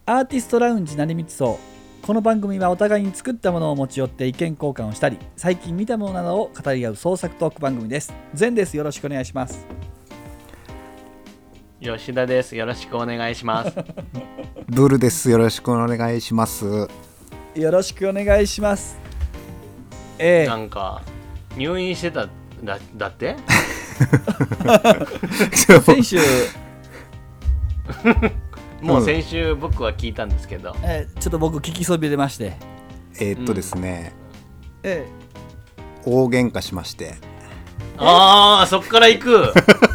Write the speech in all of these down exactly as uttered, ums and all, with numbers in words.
アーティストラウンジ成光荘。この番組はお互いに作ったものを持ち寄って意見交換をしたり、最近見たものなどを語り合う創作トーク番組です。善です。よろしくお願いします。 吉田です。よろしくお願いします。 ブルです。よろしくお願いします。 よろしくお願いします。えー、 なんか入院してただだって先週もう先週僕は聞いたんですけど、 えー、ちょっと僕聞きそびれまして、 えー、っとですね、 うん、えー、大喧嘩しまして、 ああそっから行く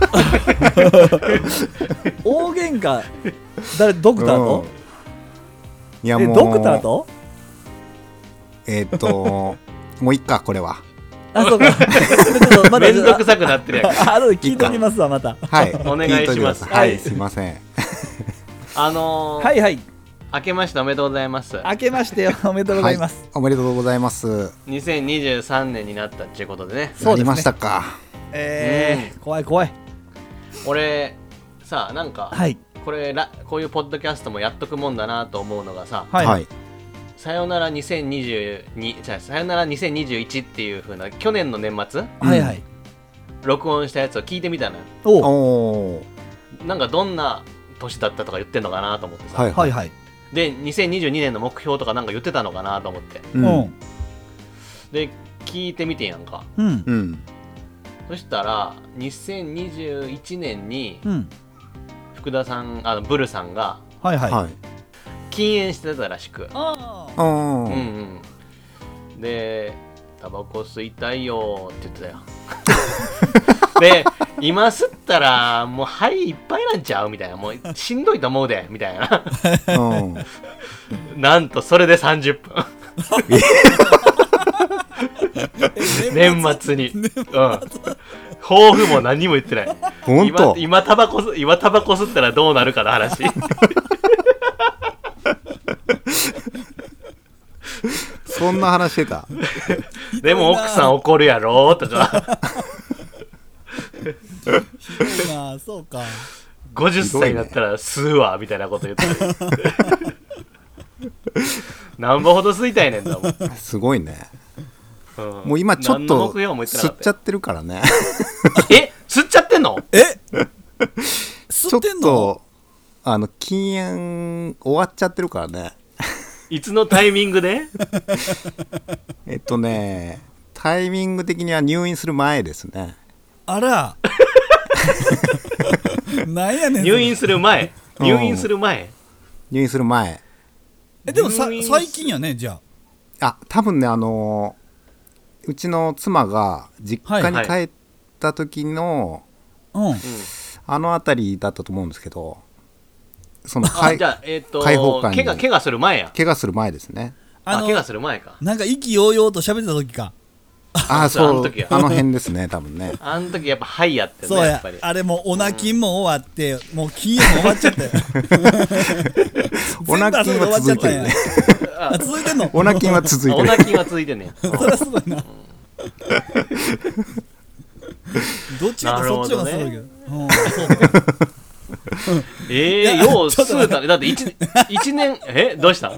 大喧嘩誰ドクターと、 うん、いやもうえドクターとえー、っともういっかこれはあそうかめんどくさくなってるやんあとで聞いておきますわまたはいお願いします。 はい、すいませんあのー、 はいはい明けましておめでとうございます。 明けましておめでとうございます、 はい、おめでとうございます。 にせんにじゅうさんねんになったっていうことでね。 そうですね、なりましたか。 えー、うん、怖い怖い。 俺さなんか、 はい、 これらこういうポッドキャストもやっとくもんだなと思うのがさ、 はい、はい、 さよならにせんにじゅうにじゃあさよならにせんにじゅういちっていう風な去年の年末、 はいはい、 録音したやつを聞いてみたのよ。 おおなんかどんな年だったとか言ってんのかなと思ってさ、 はいはいはい、 でにせんにじゅうにねんの目標とかなんか言ってたのかなと思って、 うん、 で聞いてみてんやんか、 うんうん、 そしたらにせんにじゅういちねんに、 うん、 福田さんあのブルさんが、 はいはい、 禁煙してたらしく、 ああ、うんうん、でタバコ吸いたいよって言ってたよで今吸ったらもう肺いっぱいなんちゃうみたいな、もうしんどいと思うでみたいなうん、なんとそれでさんじゅっぷん年末に、うん、抱負も何も言ってない。 本当今タバコ今タバコ吸ったらどうなるかの話そんな話してたでも奥さん怒るやろとかひどいな。そうかごじゅっさいになったら吸うわみたいなこと言って何本ほど吸いたいねんだもん。 すごいね、 うん、 もう今ちょっと吸っちゃってるからねえ吸っちゃってんの？ え吸ってんの？ ちょっとあの禁煙終わっちゃってるからねいつのタイミングでえっとねタイミング的には入院する前ですね。 あらなんやねん入院する前入院する前、うん、 入院する前えでもさ最近やね。じゃああ多分ねあのうちの妻が実家に帰った時の、 はいはい、 あの辺りだったと思うんですけど、そのあじゃあ、えー、と開放感に怪我怪我する前や怪我する前ですね。 あの怪我する前か。 なんか意気揚々と喋ってた時か。 あそうあの時やあの辺ですね多分ね。 あの時やっぱハイやってね。 そうややっぱりあれもうオナキンも終わって、うん、もう禁煙も終わっちゃったよオナキンは続いてるねあ続いてんの？ オナキンは続いてる。 オナキンは続いてんねんそれはすごいな、うん、どっちかとそっちの方がすごいけど、うん、そうえー、よう吸うたね。だって 1, 1年えどうした、うん、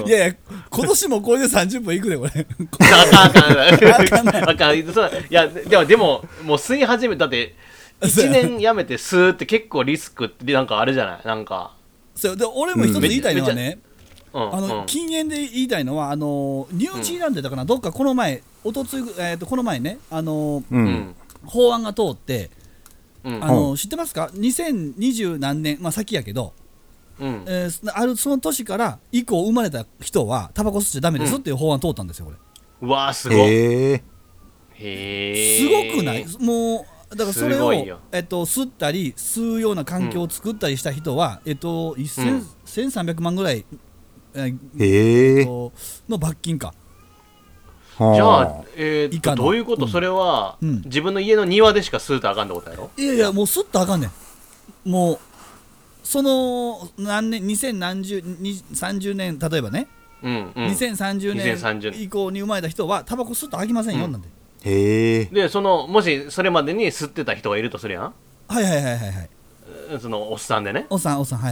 いやいや今年もこれでさんじゅっぷんいくでこれあかんあかんあかんあかんそういやでもでももう吸い始めだっていちねんやめて吸うって結構リスクってなんかあれじゃないなんかそうで俺も一つ言いたいのはね、 うん、 あの、うん、禁煙で言いたいのはあのニュージーランドだから、うん、どっかこの前おとつい、えー、とこの前ねあの、うん、法案が通ってうん、あの知ってますか？にせんにじゅう何年、まあ、先やけど、うんえー、あるその年から以降生まれた人はタバコ吸っちゃダメですっていう法案通ったんですよこれ。 うわーすごい。 へーへすごくない？もうだからそれを、えっと、吸ったり吸うような環境を作ったりした人は、うんえっと、せんさんびゃくまんぐらい、えーえっと、の罰金か。 じゃあ、えー、どういうこと、うん、それは、うん、自分の家の庭でしか吸うとあかんってことやろ？ いやいやもう吸ったらあかんねん。もうその何年にせんさんじゅうねん例えばね、うんうん、にせんさんじゅうねん以降に生まれた人はタバコ吸ったらあきませんよ、うん、なんで。 へでそのもしそれまでに吸ってた人がいるとするやん。 はいはいはいはいはい。 そのおっさんでね。 おっさんおっさんはいはい。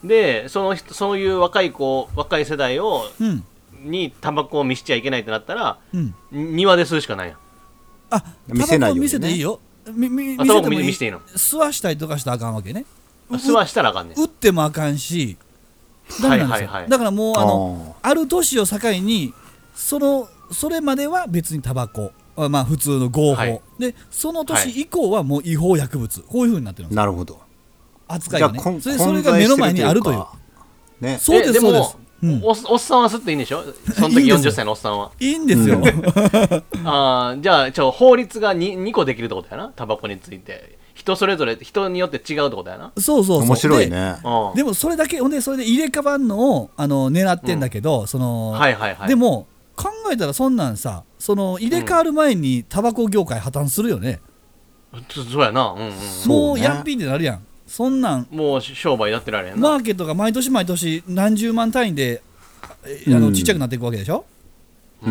でその人そういう若い子若い世代を、 うん、 にタバコを見しちゃいけないってなったら、 うん、 庭で吸うしかないやん。 あ、 見せないようにね。 見せていいよ。みみ見せてもいい。見せていいの。 吸わしたりとかしたらあかんわけね。 吸わしたらあかんねん。 打ってもあかんし、ダメなんですよ。はいはいはい、だからもうあの あ, ある年を境にそのそれまでは別にタバコ、まあ普通の合法、はい、でその年以降はもう違法薬物、こういう風になってるんですよ。 なるほど。 扱いがね。それそれが目の前にあるという。 ね、 そうですそうです。 うん、お, おっさんは吸っていいんでしょ。その時よんじゅっさいのおっさんはいいんですよ。 あじゃあちょ法律が 2, にこできるってことやな。タバコについて人それぞれ人によって違うってことやな。 そうそうそう。 面白いね。 で, でもそれだけほんでそれで入れ替わんのをあの狙ってんだけど、うん、その、 はいはいはい、 でも考えたらそんなんさ、その入れ替わる前にタバコ業界破綻するよね。 うん、そうやな、うんうん、 もうやっぴーってなるやん。そんなんもう商売やってられへんな。 マーケットが毎年毎年何十万単位であのちっちゃくなっていくわけでしょ、 うん、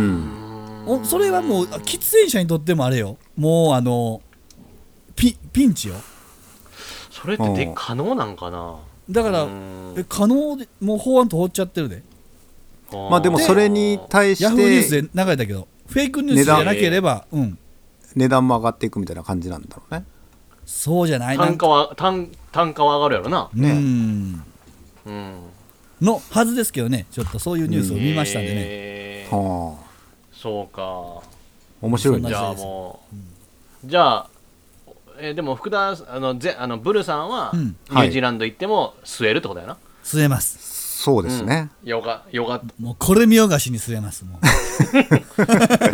それはもう喫煙者にとってもあれよ、もうあの ピ, ピンチよ。 それってで可能なんかな。 だからえ可能でもう法案通っちゃってるで。 まあでもそれに対してヤフーニュースで流れたけどフェイクニュースじゃなければ、うん、 値段も上がっていくみたいな感じなんだろうね。 そうじゃない。 単価は 単, 単価は上がるやろな。 ね、うんうんのはずですけどね。ちょっとそういうニュースを見ましたんでね、 えーはあ、そうか面白いね。 じゃあもう、うん、じゃあ、えー、でも福田あのぜあのブルさんは、うん、ニュージーランド行っても吸えるってことやな、はい、 吸えます。 そうですね、 うん、よかよかった。 もうこれ見よがしに吸えますもう、うん、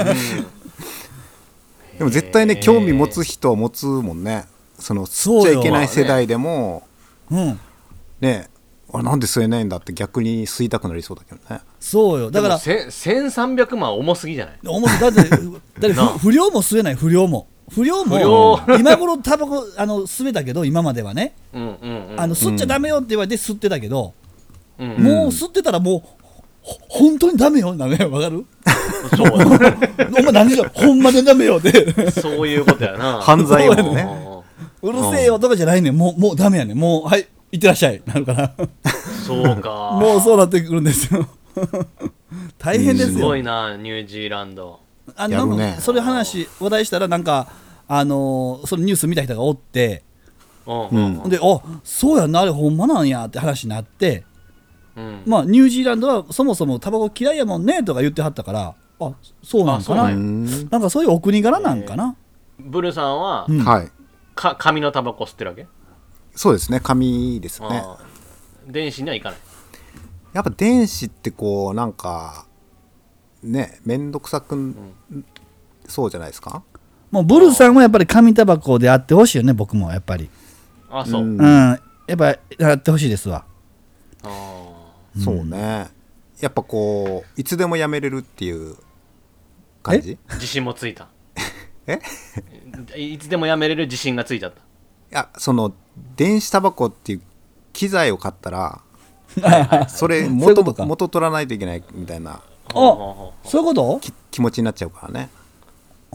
でも絶対ね興味持つ人は持つもんね。その吸っちゃいけない世代でも、ね、うんねあなんで吸えないんだって逆に吸いたくなりそうだけどね。 そうよ。だからせんさんびゃくまん重すぎじゃない。 重すだってだって不良も吸えない。不良も不良も今頃タバコあの吸えたけど今まではね、うんうんうん、あの吸っちゃダメよって言われて吸ってたけど、うんうん、もう吸ってたらもう本当にダメよ。なんかわかる？そうお前何じゃほんまにダメよってそういうことやな。 犯罪よね。 うるせえよとかじゃないねん。もうもうダメやねん。もうはいいってらっしゃいなるからそうかもうそうなってくるんですよ大変ですよ。 すごいなニュージーランド。 あの、ね、それ話話題したらなんかあのー、そのニュース見た人がおって、うん、であそうやんなあれほんまなんやって話になって、うん、まあニュージーランドはそもそもタバコ嫌いやもんねとか言ってはったからあそうなんかな。なんかそういうお国柄なんかな、 えー、ブルさんは、 うん、はいか紙のタバコ吸ってるわけ？そうですね紙ですね。 電子にはいかない。 やっぱ電子ってこうなんかねめんどくさく、うん、そうじゃないですか。 もうブルさんはやっぱり紙タバコであってほしいよね。僕もやっぱりあそう、うん、 やっぱりやってほしいですわ。 あそうね、やっぱこういつでもやめれるっていう感じ。 自信もついたえいつでもやめれる自信がついちゃった。 いやその電子タバコっていう機材を買ったらはい、はい、それ 元, そ元取らないといけないみたいなあそういうこと気持ちになっちゃうからね。 あ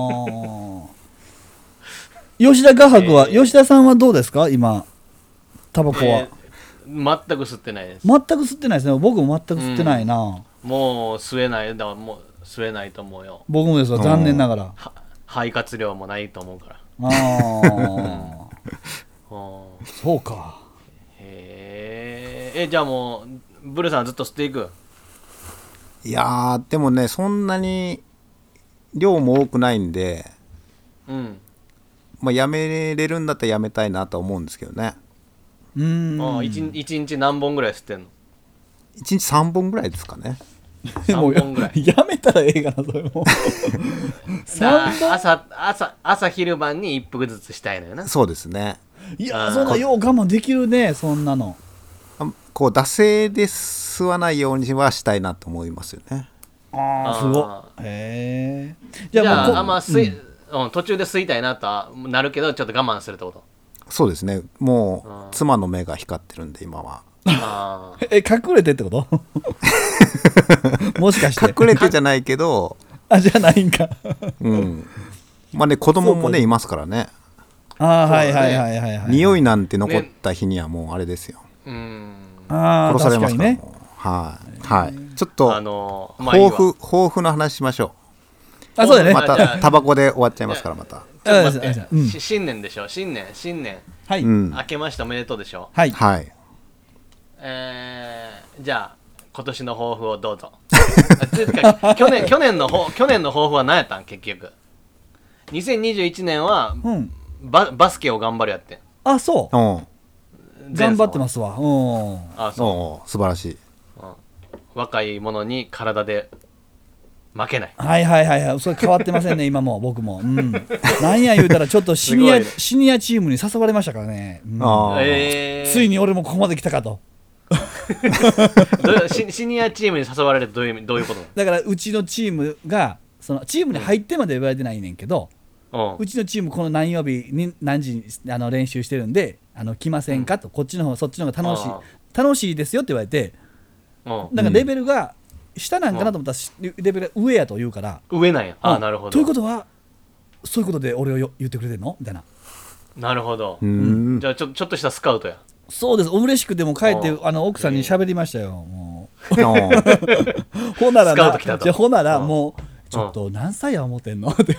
吉田画伯は、えー、吉田さんはどうですか今タバコは、えー、全く吸ってないです。 全く吸ってないですね。僕も全く吸ってないな、うん、 もう吸えない。だからもう吸えないと思うよ。 僕もですわ残念ながら。 肺活量もないと思うから。 ああそうか。 へえ。じゃあもうブルさんずっと吸っていく？ いやーでもねそんなに量も多くないんで、うんまあ、やめれるんだったらやめたいなと思うんですけどね。 うーんあ 1, 1日何本ぐらい吸ってんの？ いちにちさんぼんぐらいですかね。 さんぼんぐらいやめたらええかなそれも朝, 朝, 朝昼晩にいっぷくずつしたいのよな。 そうですね。 いやそんなよう我慢できるね。そんなのこう惰性で吸わないようにはしたいなと思いますよね。 ああすごい。へえ。 じゃあ、じゃあ、あんま吸い、うんうん、途中で吸いたいなとはなるけどちょっと我慢するってこと？ そうですね。もう妻の目が光ってるんで今は。 あえ隠れてってこともしかして隠れてじゃないけどあじゃないんかうんまあね子供もねいますからね。 あはいはいはいはい、はい、 匂いなんて残った日にはもうあれですよ、ね、 うんあ殺されますから、 ね、 もうはいはい、ちょっと、 あのーまあ、いい抱負抱負の話しましょう。あ、そうだね。 またタバコで終わっちゃいますから、また。 ちょっと待って、 うん、 新年でしょ、新年新年、 はい、 うん、 明けましておめでとうでしょ。 はい、 はい、 えー、じゃあ今年の抱負をどうぞ。つうか去年去年の去年の抱負は何やったん結局。にせんにじゅういちねんは、うん、バ, バスケを頑張るやってん。 あ、そう。 うん頑張ってますわ。うん。 あ、そう。素晴らしい。 うん、若い者に体で負けない。 はいはいはいはい。それ変わってませんね今も僕も。うん。なんや言うたらちょっとシニアシニアチームに誘われましたからね。うん、あえー、ついに俺もここまで来たかと。 どシ, シニアチームに誘われるとどういうどういうこと？ だからうちのチームがそのチームに入ってまで言われてないねんけど、うん、うちのチームこの何曜日に何時にあの練習してるんで。あの来ませんかと、こっちの方そっちの方が楽しい楽しいですよって言われて、なんかレベルが下なんかなと思ったらレベルが上やと言うから、 上なんや。あ、なるほど。 ということはそういうことで俺をよ言ってくれてるのみたいな。 なるほど。じゃあちょちょっとしたスカウトや。 そうです。嬉しくても帰ってあの奥さんに喋りましたよ。もうほならな、じゃほならもうちょっと何歳や思ってんのって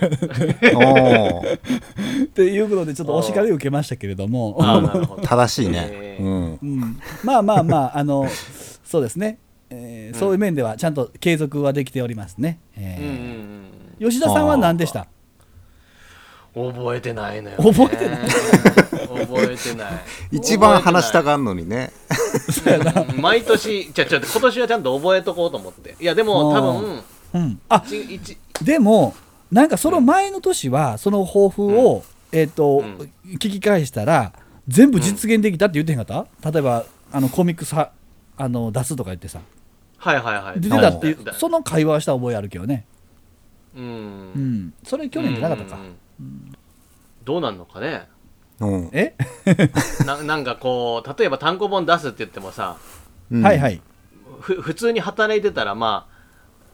っていうことでちょっとお叱りを受けましたけれども、 正しいね、うんうん、まあまあまああのそうですね、えーうん、そういう面ではちゃんと継続はできておりますね、えーうんうんうん、吉田さんは何でした？ 覚えてないのよ、 ね、覚えてない覚えてない一番話したがんのにねうん、毎年じゃちょっと今年はちゃんと覚えとこうと思って。いやでも多分うん、あでもなんかその前の年はその抱負を、うんえーとうん、聞き返したら全部実現できたって言ってへんかった、うん、例えばあのコミックスはあの出すとか言ってさ、 はいはいはい、 出てたっていうその会話はした覚えあるけどね、 うん、うん、 それ去年じゃなかったか、 うんうん、どうなんのかね、 うん、 えな, なんかこう例えば単行本出すって言ってもさ、 うん、はいはいふ普通に働いてたらまあ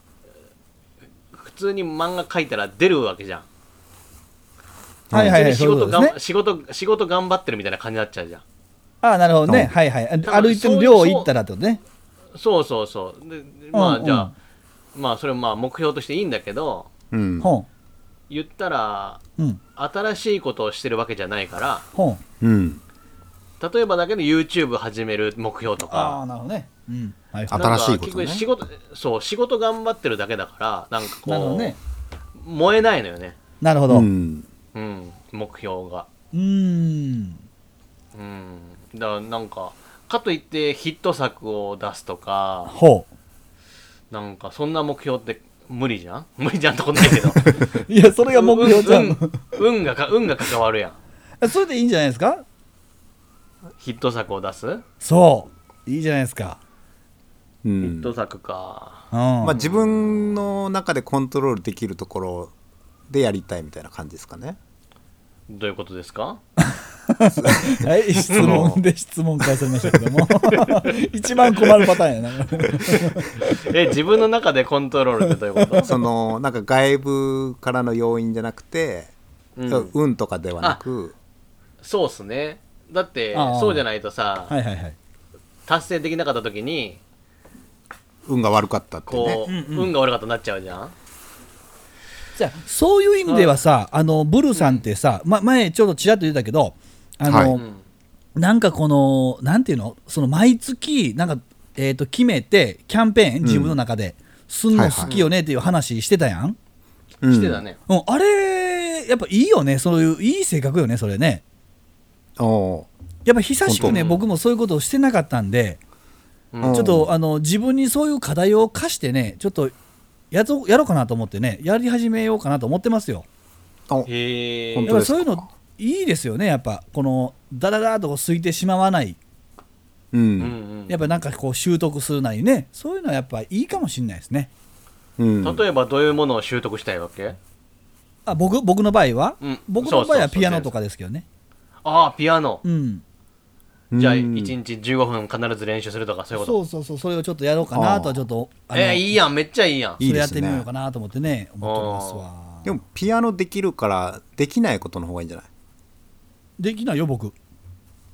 普通に漫画描いたら出るわけじゃん。 はいはいはい、 仕事がん、仕事仕事頑張ってるみたいな感じになっちゃうじゃん。 ああなるほどね、はいはい、歩いてる量行ったらってことね。 そうそうそうでまあ、うん、じゃあ、うん、まあそれまあ目標としていいんだけど、 うん、 言ったら、うん、新しいことをしてるわけじゃないから、 うん、 例えばだけど YouTube 始める目標とか、 あなるほどね、うんはい、新しいことね。 仕事そう仕事頑張ってるだけだからなんかこう、ね、燃えないのよね。 なるほど、 うんうん、目標がうーんうんだからなんかかといってヒット作を出すとかほうなんかそんな目標って無理じゃん無理じゃんとこないけどいやそれが目標じゃん、うん、 運がか運が関わるやんそれでいいんじゃないですか。 ヒット作を出すそういいじゃないですか、 うん、ヒット作か、 うんまあ、自分の中でコントロールできるところでやりたいみたいな感じですかね。 どういうことですかはい質問で質問返されましたけども一番困るパターンやなえ自分の中でコントロールってどういうことそのなんか外部からの要因じゃなくて、うん、運とかではなくそうっすね。だってそうじゃないとさ、 はいはいはい、 達成できなかった時に運が悪かったってねこう、うんうん、運が悪かったになっちゃうじゃん。 じゃあそういう意味ではさ、あのブルさんってさ、ま、前ちょうどちらっと言ったけどあの、はい、なんかこのなんていうのその毎月なんか、えー、と決めてキャンペーン自分の中ですんの好きよねっていう話してたやん、 はいはい、してたね、 うん、あれやっぱいいよね。そういういい性格よねそれね。 おやっぱ久しくね僕もそういうことをしてなかったんで、うん、ちょっとあの自分にそういう課題を課してねちょっとやろやろうかなと思ってねやり始めようかなと思ってますよ。 へやっぱそういうのいいですよね。やっぱこのダダダーと過ぎてしまわない、 うん、 やっぱなんかこう習得するなりねそういうのはやっぱいいかもしれないですね、 うん、例えばどういうものを習得したいわけ？ あ 僕, 僕の場合は、うん、僕の場合はピアノとかですけどね。 ああピアノ、 うん、 じゃあいちにちじゅうごふん必ず練習するとかそういうこと。 そうそうそうそれをちょっとやろうかなとはちょっとえー、いいやんめっちゃいいやん。 それやってみようかなと思ってね思ってますわ。 でもピアノできるからできないことの方がいいんじゃない？ できないよ僕。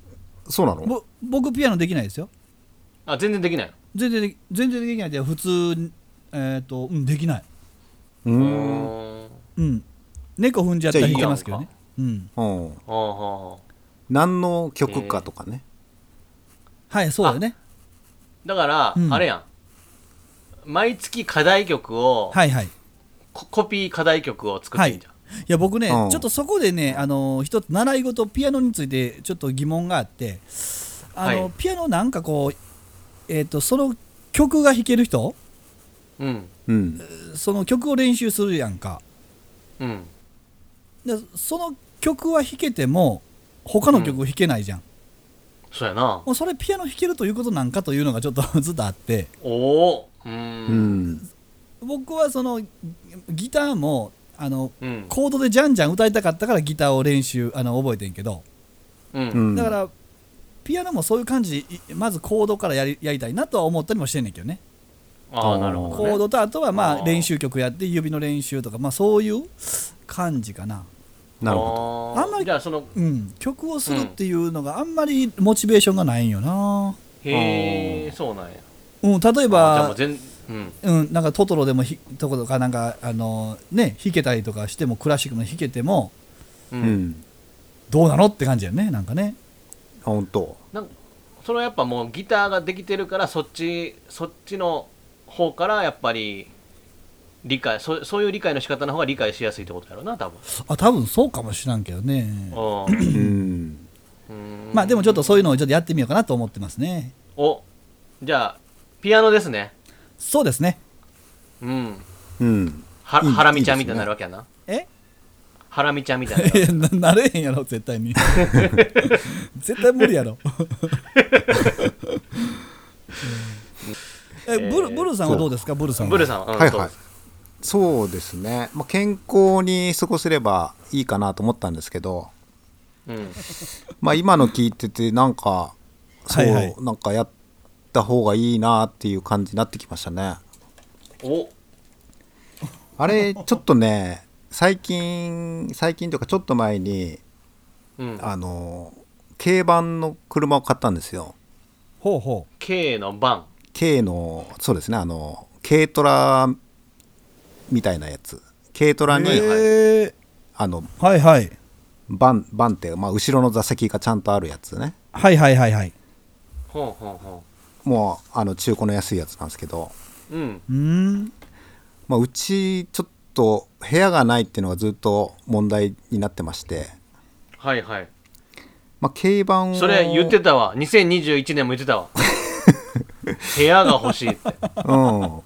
そうなの？ ぼ僕ピアノできないですよ。 あ、全然できないの？ 全然でき全然できないって普通えっ、ー、とうんできない。 うーん。 うん。猫踏んじゃったら弾けますけどね。うん。 うん。何の曲かとかね。 はい、そうだね。 だから、うん、あれやん。毎月課題曲を、 はいはい、 コピー課題曲を作ってんじゃん。 はい、いや僕ね、うん、ちょっとそこでね、あの一つ習い事ピアノについてちょっと疑問があって、あの、はい、ピアノなんかこう、えーと、その曲が弾ける人、 うんうん、 その曲を練習するやんか、 うん、 でその曲は弾けても他の曲弾けないじゃん、うん、 そうやな。 もうそれピアノ弾けるということなんかというのがちょっとずっとあって、 おお、うん、 僕はそのギターもあの、 うん、 コードでじゃんじゃん歌いたかったからギターを練習あの覚えてんけど、 うん、 だからピアノもそういう感じでまずコードからやり、やりたいなとは思ったりもしてんねんけどね。 ああ、なるほど、ね、 コードとあとはまあ練習曲やって指の練習とか、まあ、そういう感じかな。 なるほど。あんまりじゃあその、 うん、曲をするっていうのがあんまりモチベーションがないんよな。 へえ、そうなんや。 うん、例えば全、うんうん、なんかトトロでもひとことかなんかあのね弾けたりとかしてもクラシックの弾けても、 うん、 どうなのって感じやね、なんかね。 本当。 なんそれはやっぱもうギターができてるからそっちそっちの方からやっぱり理解 そ, そういう理解の仕方の方が理解しやすいってことやろうな、多分。 あ、多分そうかもしらんけどね。 うん。 まあでもちょっとそういうのをちょっとやってみようかなと思ってますね。 お、じゃあピアノですね。 そうですね。 うん。 うん。 はハラミちゃんみたいになるわけやな。 え？ ハラミちゃんみたいな。 なれへんやろ絶対に。絶対無理やろ。えブルブルさんはどうですか？ブルさんは。 ブルさんは、うん、 はいはい。そうですね、まあ、健康に過ごせればいいかなと思ったんですけど、 うん、 まあ今の聞いててなんかそう、はいはい、なんかやった方がいいなっていう感じになってきましたね。 おあれちょっとね最近最近というかちょっと前に、うん、あの軽バンの車を買ったんですよ。 ほうほう。 軽のバン。 軽のそうですね、あの軽トラみたいなやつ、軽トラに、あの、 はいはい、 バンバンって、まあ、後ろの座席がちゃんとあるやつね。 はいはいはいはい。 ほうほうほう。もうあの中古の安いやつなんですけど、 うん、 うーん、 まあ、うちちょっと部屋がないっていうのがずっと問題になってまして、 はいはい、 まあ、軽バンをそれ言ってたわ、にせんにじゅういちねんも言ってたわ。部屋が欲しいって。 うん、うん、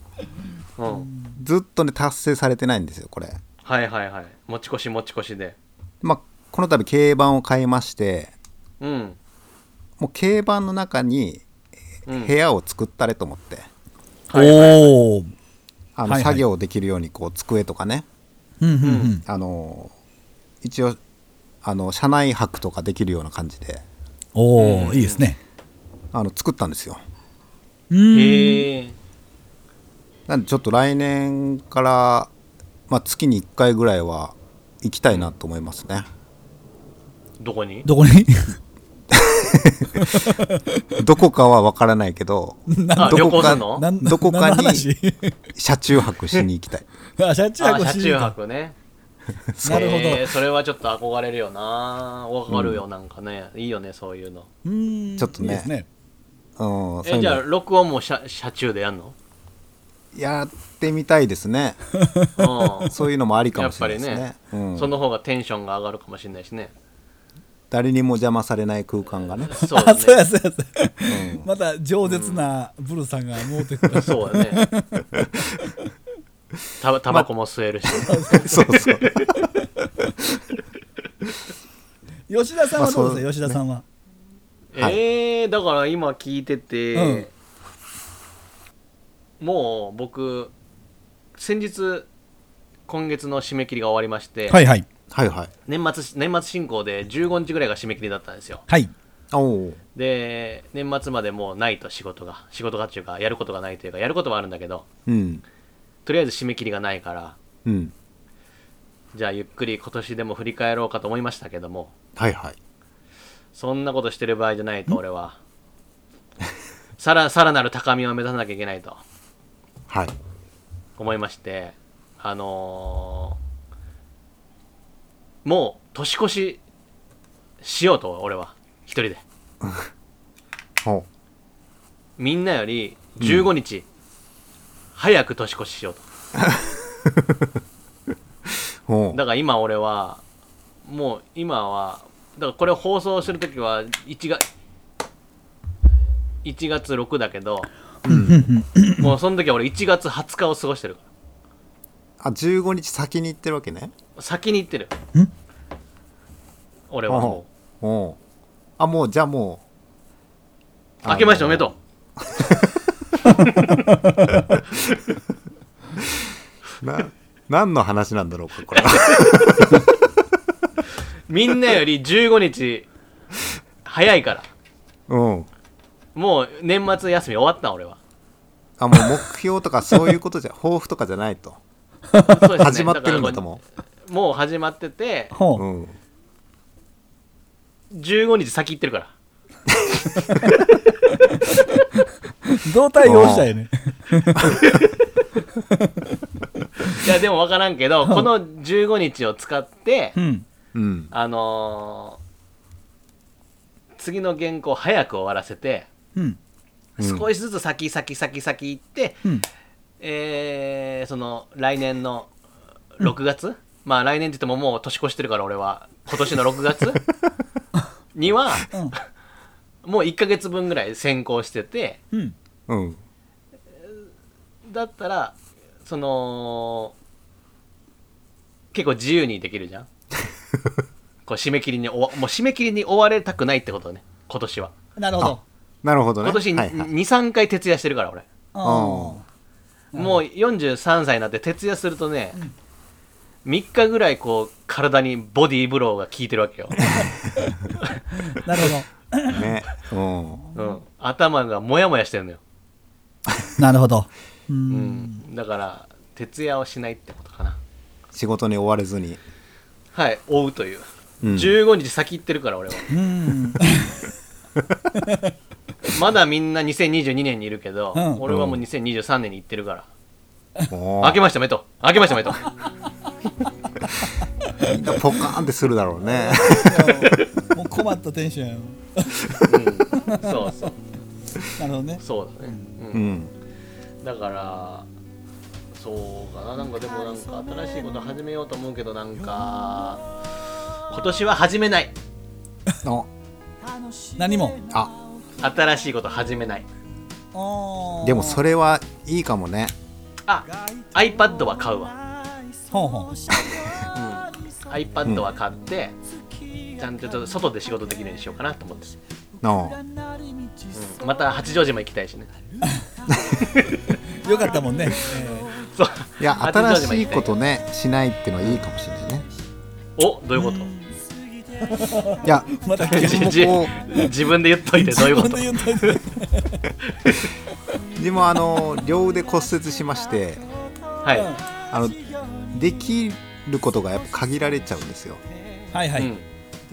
ずっとね達成されてないんですよこれ。 はいはいはい、持ち越し持ち越しで、 まあ、この度軽バンを買いまして、 うん、 もう軽バンの中に部屋を作ったれと思って、 うん、おお、 あの、はいはい、作業できるようにこう机とかね、 うんうんうん、 あの一応あの車内泊とかできるような感じで、 おお、いいですね。 あの作ったんですよ。 へえ。 なんでちょっと来年から、まあ、月にいっかいぐらいは行きたいなと思いますね。 どこに？ どこに？ どこかは分からないけど、どこかどこかに車中泊しに行きたい。 あ、車中泊しに行きたい。 車中泊ね。なるほど、えー、それはちょっと憧れるよな。分かるよ、うん、なんかね、いいよねそういうの。 うーん、 ちょっとね。いいですね。うん、 えじゃあ録音も 車, 車中でやんの？ やってみたいですね。うん、そういうのもありかもしれないですね。やっぱりね、うん、 その方がテンションが上がるかもしれないしね。 誰にも邪魔されない空間がね。 そうですね。そうやそうやそうや、うん、また饒舌なブルさんが持ってくる、うん、 そうやね。たタバコも吸えるし、ま、 そうそう。 吉田さんはどうですか、吉田さんは。 えー、だから今聞いてて、うん、もう僕先日今月の締め切りが終わりまして、 はいはいはいはい、 年末年末進行でじゅうごにちぐらいが締め切りだったんですよ。 はい。 おで年末までもうないと、仕事が仕事がっていうかやることがないというか、やることはあるんだけど、 うん、 とりあえず締め切りがないから、 うん、 じゃあゆっくり今年でも振り返ろうかと思いましたけども、 はいはい、 そんなことしてる場合じゃないと俺はさらさらなる高みを目指さなきゃいけないとはい思いまして、あのー、もう年越ししようと俺は一人でほみんなよりじゅうごにち、うん、早く年越ししようとだから今俺はもう今はだからこれを放送するときはいちがいちがつろくだけどもうその時は俺いちがつはつかを過ごしてるから。 あ、じゅうごにち先に行ってるわけね。 先に行ってる俺はもう。 おうあ、もうじゃあもう明けましておめでとうな何の話なんだろうかこれみんなよりじゅうごにち早いから。 うんもう年末休み終わった俺は。 あ、もう目標とかそういうことじゃ抱負とかじゃないとそうです、ね、 始まってるんだと思う。もう始まってて、 うん、 じゅうごにち先行ってるからどう対応したよねいやでも分からんけどこのじゅうごにちを使って、 うんうん、 あのー、次の原稿を早く終わらせて、 うん、 少しずつ先先先先行って、うん、えー、その来年のろくがつ、うん、まあ来年って言ってももう年越してるから俺は今年のろくがつには、うん、もういっかげつぶんぐらい先行してて、 うんうん、 だったらその結構自由にできるじゃんこう締め切りにおもう締め切りに追われたくないってことね今年は。 なるほどなるほどね。 今年、はいはい、にさんかい徹夜してるから俺。 あもうよんじゅうさんさいになって徹夜するとね、うん、みっかぐらいこう体にボディーブローが効いてるわけよなるほどね、うん、 うん、頭がモヤモヤしてるのよなるほど、 うん、うん、だから徹夜をしないってことかな。 仕事に追われずにはい追うという、うん、じゅうごにち先行ってるから俺はうんまだみんなにせんにじゅうにねんにいるけど、うん、俺はもうにせんにじゅうさんねんに行ってるから、うん、明けましておめでとう明けましておめでとうみんなポカーンってするだろうねもう困ったテンションや、 うん、そうそうなるほどね。 そうだね、うんうん、だからそうかな。なんかでもなんか新しいこと始めようと思うけどなんか今年は始めない何もあ新しいこと始めない。 でもそれはいいかもね。 あ iPad は買うわ。 ほうほう、うん、 iPad は買って、うん、ちゃんとちょっと外で仕事できるようにしようかなと思ってる、うん、また八丈島行きたいしねよかったもんね、えー、そういや新しいことねしないっていうのはいいかもしれないね。 おどういうこと？ いやまだ自分で言っといてどういうことでもあの両腕骨折しましてはいあのできることがやっぱ限られちゃうんですよ。 はいはい、うん、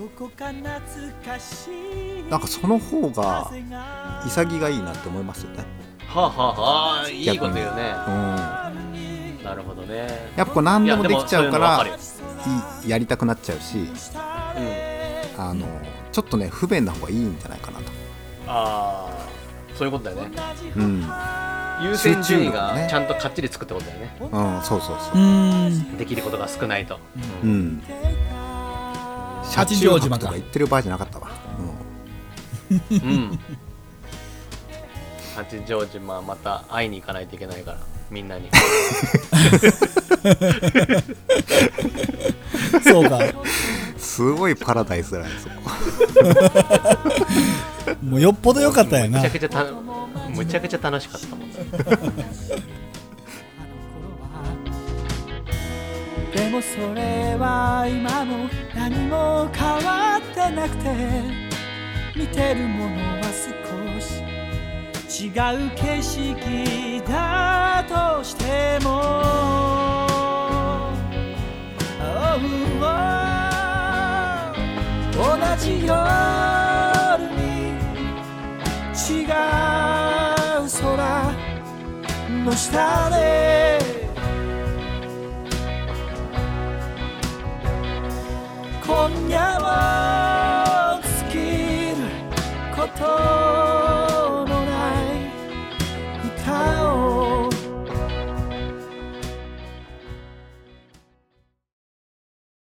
なんかその方が潔がいいなって思いますよね。 はあはあはあいいこと言うね、うん、なるほどね。 やっぱこう何でもできちゃうからやりたくなっちゃうし、うん、あのちょっとね不便な方がいいんじゃないかなと。 ああそういうことだよね、 うん、 優先順位がちゃんとかっちりつくってことだよね。 うん、そうそうそう。 うんできることが少ないと。 うん。うん、八丈島とか行ってる場合じゃなかったわ。 うん。うん、八丈島また会いに行かないといけないからみんなに。 そうか。 すごいパラダイスだねそこ。 もうよっぽど良かったよな。 むちゃくちゃたむちゃくちゃ楽しかったもん。 でもそれは今も何も変わってなくて、見てるものは少し違う景色だとしても、oh, oh, 同じよ違う空の下で今夜も尽きること